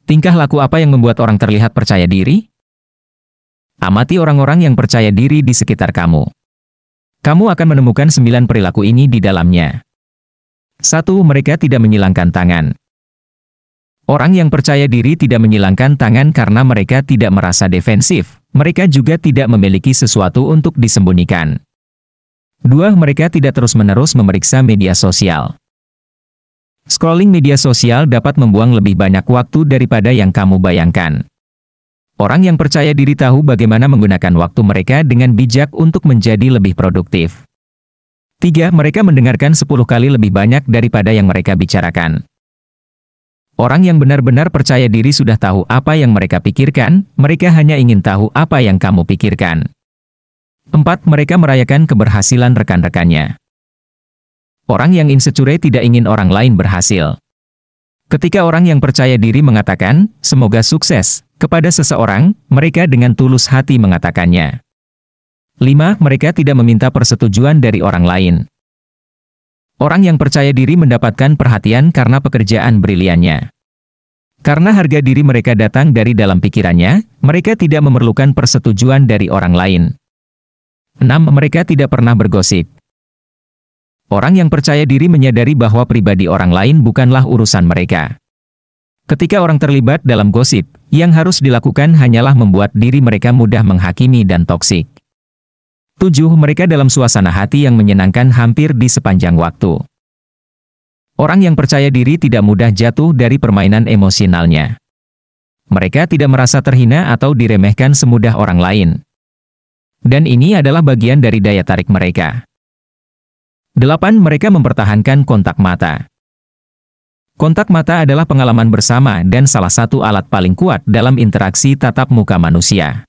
Tingkah laku apa yang membuat orang terlihat percaya diri? Amati orang-orang yang percaya diri di sekitar kamu. Kamu akan menemukan 9 perilaku ini di dalamnya. 1. Mereka tidak menyilangkan tangan. Orang yang percaya diri tidak menyilangkan tangan karena mereka tidak merasa defensif. Mereka juga tidak memiliki sesuatu untuk disembunyikan. 2. Mereka tidak terus-menerus memeriksa media sosial. Scrolling media sosial dapat membuang lebih banyak waktu daripada yang kamu bayangkan. Orang yang percaya diri tahu bagaimana menggunakan waktu mereka dengan bijak untuk menjadi lebih produktif. 3. Mereka mendengarkan 10 kali lebih banyak daripada yang mereka bicarakan. Orang yang benar-benar percaya diri sudah tahu apa yang mereka pikirkan, mereka hanya ingin tahu apa yang kamu pikirkan. 4. Mereka merayakan keberhasilan rekan-rekannya. Orang yang insecure tidak ingin orang lain berhasil. Ketika orang yang percaya diri mengatakan, "Semoga sukses," kepada seseorang, mereka dengan tulus hati mengatakannya. 5. Mereka tidak meminta persetujuan dari orang lain. Orang yang percaya diri mendapatkan perhatian karena pekerjaan briliannya. Karena harga diri mereka datang dari dalam pikirannya, mereka tidak memerlukan persetujuan dari orang lain. 6. Mereka tidak pernah bergosip. Orang yang percaya diri menyadari bahwa pribadi orang lain bukanlah urusan mereka. Ketika orang terlibat dalam gosip, yang harus dilakukan hanyalah membuat diri mereka mudah menghakimi dan toksik. 7. Mereka dalam suasana hati yang menyenangkan hampir di sepanjang waktu. Orang yang percaya diri tidak mudah jatuh dari permainan emosionalnya. Mereka tidak merasa terhina atau diremehkan semudah orang lain. Dan ini adalah bagian dari daya tarik mereka. 8. Mereka mempertahankan kontak mata. Kontak mata adalah pengalaman bersama dan salah satu alat paling kuat dalam interaksi tatap muka manusia.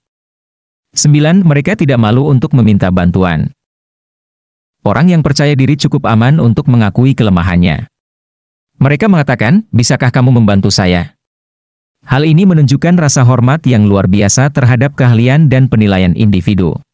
9. Mereka tidak malu untuk meminta bantuan. Orang yang percaya diri cukup aman untuk mengakui kelemahannya. Mereka mengatakan, "Bisakah kamu membantu saya?" Hal ini menunjukkan rasa hormat yang luar biasa terhadap keahlian dan penilaian individu.